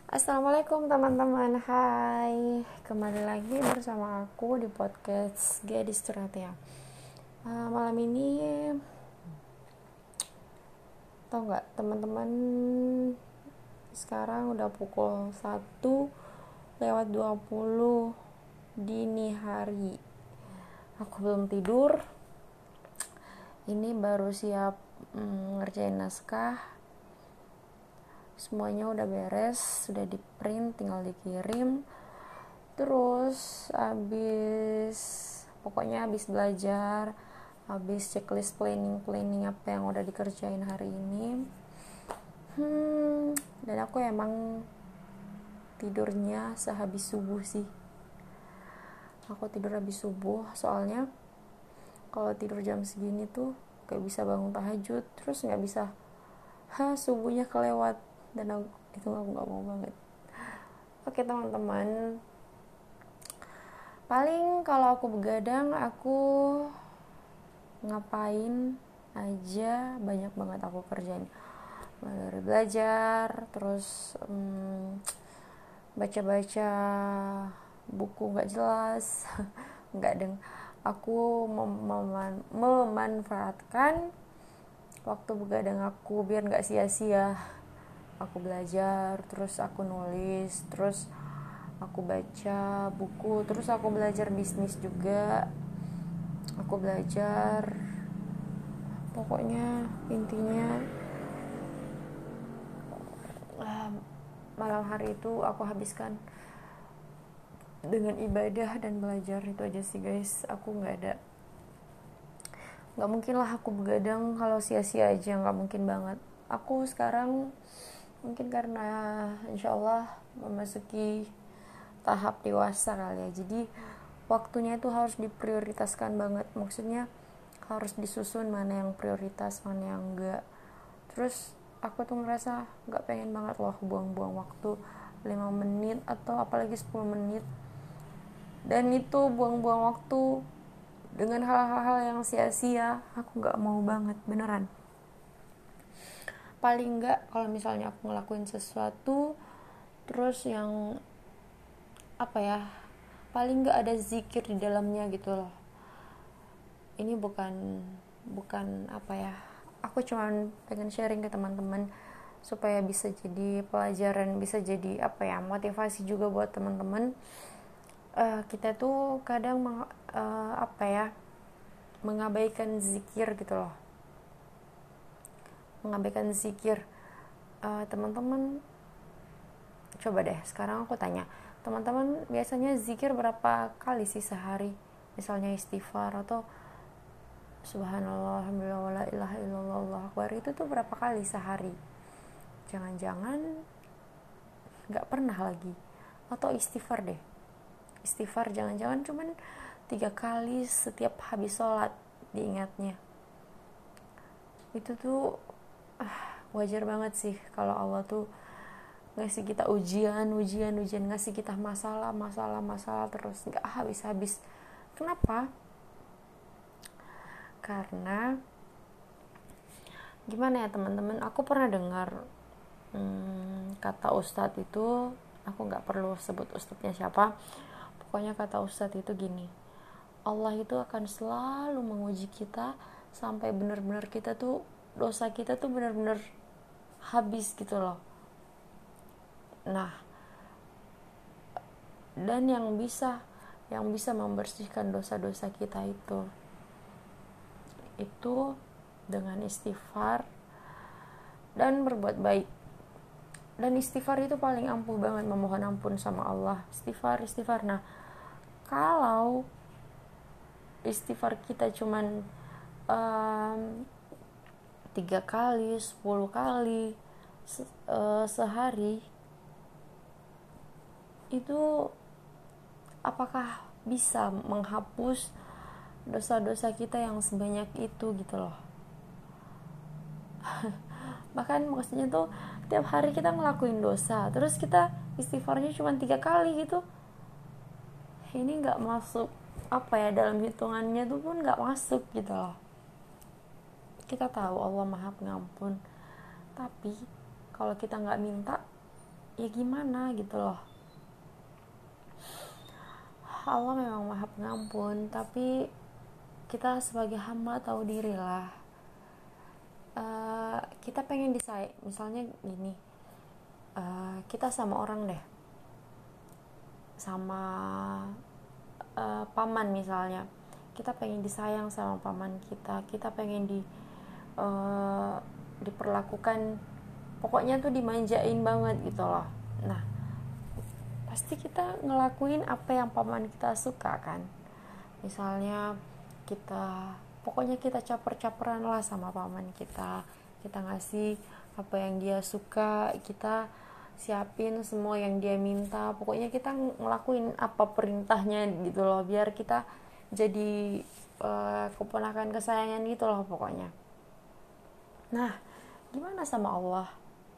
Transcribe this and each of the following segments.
Assalamualaikum teman-teman. Hai, kembali lagi bersama aku di podcast Gadis Curhat ya. Malam ini tau nggak teman-teman, sekarang udah pukul 1:20 dini hari. Aku belum tidur. Ini baru siap ngerjain naskah. Semuanya udah beres, sudah di print, tinggal dikirim. Terus pokoknya abis belajar, abis checklist planning apa yang udah dikerjain hari ini. Dan aku emang tidurnya sehabis subuh sih. Aku tidur habis subuh, soalnya kalau tidur jam segini tuh gak bisa bangun tahajud, terus gak bisa subuhnya kelewat, dan itu aku gak mau banget. Oke teman-teman, paling kalau aku begadang, aku ngapain aja banyak banget aku kerjain, mulai dari belajar, terus baca-baca buku gak jelas nggak deng, aku memanfaatkan waktu begadang aku biar gak sia-sia. Aku belajar, terus aku nulis, terus aku baca buku, terus aku belajar bisnis juga, aku belajar, pokoknya intinya malam hari itu aku habiskan dengan ibadah dan belajar. Itu aja sih guys, aku nggak mungkin lah aku begadang kalau sia-sia aja, nggak mungkin banget. Aku sekarang mungkin karena insyaallah memasuki tahap dewasa kali ya, jadi waktunya itu harus diprioritaskan banget, maksudnya harus disusun mana yang prioritas, mana yang enggak. Terus aku tuh ngerasa gak pengen banget loh buang-buang waktu 5 menit atau apalagi 10 menit, dan itu buang-buang waktu dengan hal-hal yang sia-sia. Aku gak mau banget, beneran. Paling enggak kalau misalnya aku ngelakuin sesuatu terus yang paling enggak ada zikir di dalamnya gitu loh. Ini bukan aku cuman pengen sharing ke teman-teman supaya bisa jadi pelajaran, bisa jadi motivasi juga buat teman-teman. Kita tuh kadang mengabaikan zikir gitu loh, mengabaikan zikir. Teman-teman coba deh sekarang aku tanya, teman-teman biasanya zikir berapa kali sih sehari? Misalnya istighfar atau subhanallah, alhamdulillah, wala ilaha illallah, allahu akbar, itu tuh berapa kali sehari? Jangan-jangan gak pernah lagi. Atau istighfar deh, istighfar jangan-jangan cuman 3 kali setiap habis sholat diingatnya. Itu tuh wajar banget sih kalau Allah tuh ngasih kita ujian, ngasih kita masalah terus gak habis-habis. Kenapa? Karena gimana ya teman-teman, aku pernah dengar kata ustadz itu, aku gak perlu sebut ustadznya siapa, pokoknya kata ustadz itu gini, Allah itu akan selalu menguji kita sampai benar-benar kita tuh, dosa kita tuh benar-benar habis gitu loh. Nah, dan yang bisa membersihkan dosa-dosa kita itu dengan istighfar dan berbuat baik. Dan istighfar itu paling ampuh banget, memohon ampun sama Allah. Istighfar. Nah, kalau istighfar kita cuman 3 kali, 10 kali sehari, itu apakah bisa menghapus dosa-dosa kita yang sebanyak itu gitu loh. Bahkan maksudnya tuh tiap hari kita ngelakuin dosa, terus kita istighfarnya cuma 3 kali gitu, ini gak masuk dalam hitungannya tuh pun gak masuk gitu loh. Kita tahu Allah maha pengampun, tapi kalau kita gak minta, ya gimana gitu loh. Allah memang maha pengampun, tapi kita sebagai hamba tahu diri lah. Kita pengen disayang, misalnya gini, kita sama orang deh, sama paman misalnya, kita pengen disayang sama paman kita pengen diperlakukan, pokoknya tuh dimanjain banget gitu loh. Nah, pasti kita ngelakuin apa yang paman kita suka kan. Misalnya pokoknya kita caper-caperan lah sama paman kita ngasih apa yang dia suka, kita siapin semua yang dia minta, pokoknya kita ngelakuin apa perintahnya gitu loh, biar kita jadi keponakan kesayangan gitu loh pokoknya. Nah, gimana sama Allah?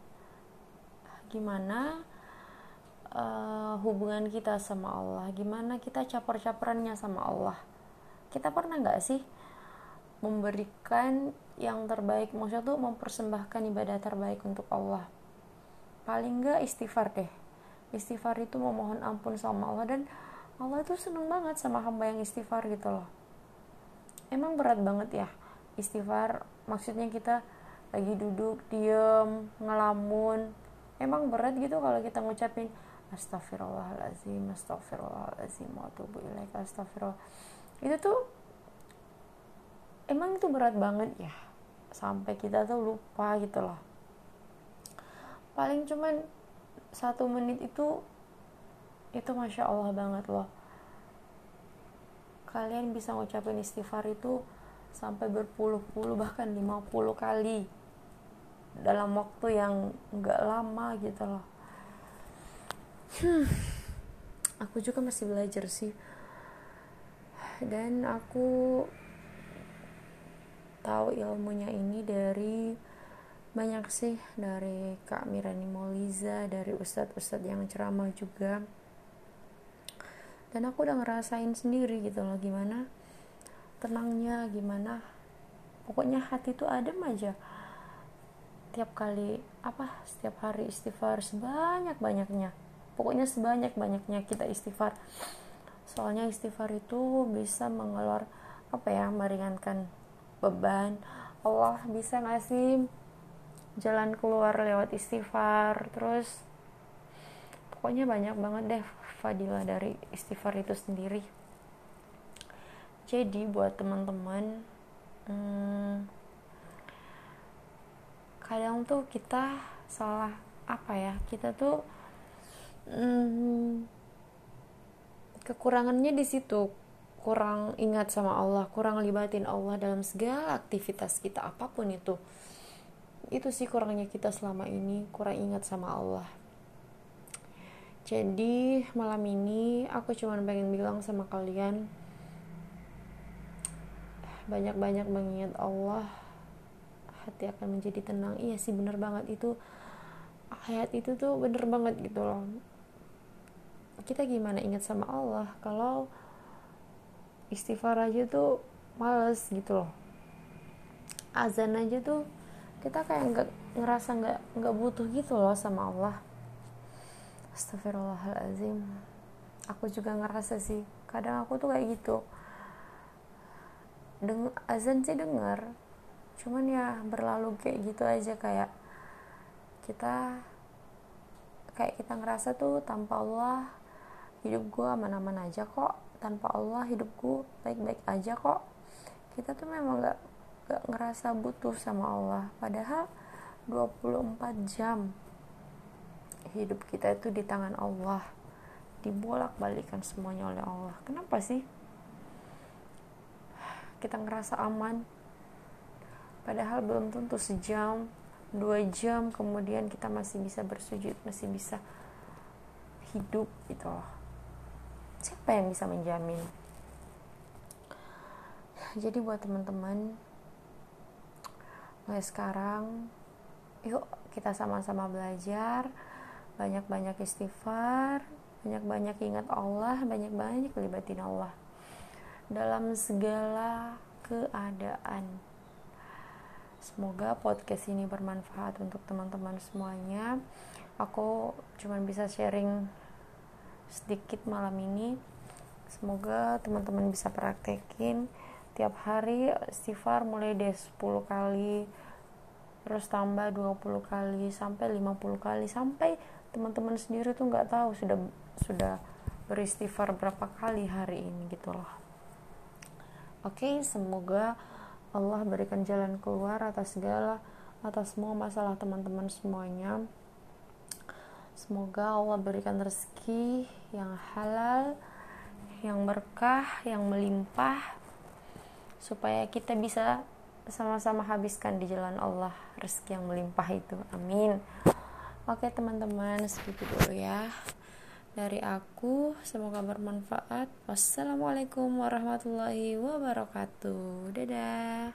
Gimana hubungan kita sama Allah? Gimana kita caper-caperannya sama Allah? Kita pernah nggak sih memberikan yang terbaik, maksudnya tuh mempersembahkan ibadah terbaik untuk Allah? Paling nggak istighfar deh. Istighfar itu memohon ampun sama Allah, dan Allah tuh seneng banget sama hamba yang istighfar gitu loh. Emang berat banget ya istighfar, maksudnya kita lagi duduk diem ngelamun, emang berat gitu kalau kita ngucapin astagfirullahaladzim, astagfirullahaladzim, wa atubu ilaik, astagfirullah. Itu tuh emang itu berat banget ya, sampai kita tuh lupa gitu loh. Paling cuman 1 menit itu masya Allah banget loh. Kalian bisa ngucapin istighfar itu sampai berpuluh-puluh bahkan 50 kali dalam waktu yang gak lama gitu loh. Aku juga masih belajar sih, dan aku tahu ilmunya ini dari banyak sih, dari Kak Mirani Mauliza, dari ustadz-ustadz yang ceramah juga, dan aku udah ngerasain sendiri gitu loh gimana tenangnya, gimana pokoknya hati tuh adem aja setiap hari istighfar sebanyak-banyaknya, pokoknya sebanyak-banyaknya kita istighfar. Soalnya istighfar itu bisa meringankan beban. Allah bisa ngasih jalan keluar lewat istighfar. Terus pokoknya banyak banget deh fadilah dari istighfar itu sendiri. Jadi buat teman-teman, kadang tuh kita salah kita tuh kekurangannya di situ, kurang ingat sama Allah, kurang libatin Allah dalam segala aktivitas kita apapun itu sih kurangnya kita selama ini, kurang ingat sama Allah. Jadi malam ini aku cuma pengen bilang sama kalian, banyak-banyak mengingat Allah, hati akan menjadi tenang. Iya sih, bener banget itu, ayat itu tuh bener banget gitu loh. Kita gimana ingat sama Allah kalau istighfar aja tuh males gitu loh. Azan aja tuh kita kayak ngerasa nggak butuh gitu loh sama Allah. Astagfirullahaladzim. Aku juga ngerasa sih, kadang aku tuh kayak gitu. Azan sih denger, cuman ya berlalu kayak gitu aja, kayak kita ngerasa tuh tanpa Allah hidup gue aman-aman aja kok, tanpa Allah hidup gue baik-baik aja kok. Kita tuh memang gak ngerasa butuh sama Allah, padahal 24 jam hidup kita itu di tangan Allah, dibolak-balikan semuanya oleh Allah. Kenapa sih kita ngerasa aman, padahal belum tentu sejam 2 jam kemudian kita masih bisa bersujud, masih bisa hidup gitu loh. Siapa yang bisa menjamin? Jadi buat teman-teman, mulai sekarang yuk kita sama-sama belajar, banyak-banyak istighfar, banyak-banyak ingat Allah, banyak-banyak libatin Allah dalam segala keadaan. Semoga podcast ini bermanfaat untuk teman-teman semuanya. aku cuma bisa sharing sedikit malam ini. Semoga teman-teman bisa praktekin tiap hari istighfar mulai dari 10 kali, terus tambah 20 kali sampai 50 kali, sampai teman-teman sendiri tuh nggak tahu sudah beristighfar berapa kali hari ini gitu loh. Oke, semoga Allah berikan jalan keluar atas semua masalah teman-teman semuanya. Semoga Allah berikan rezeki yang halal, yang berkah, yang melimpah, supaya kita bisa sama-sama habiskan di jalan Allah rezeki yang melimpah itu. Amin. Oke teman-teman, segitu dulu ya dari aku, semoga bermanfaat. Wassalamualaikum warahmatullahi wabarakatuh. Dadah.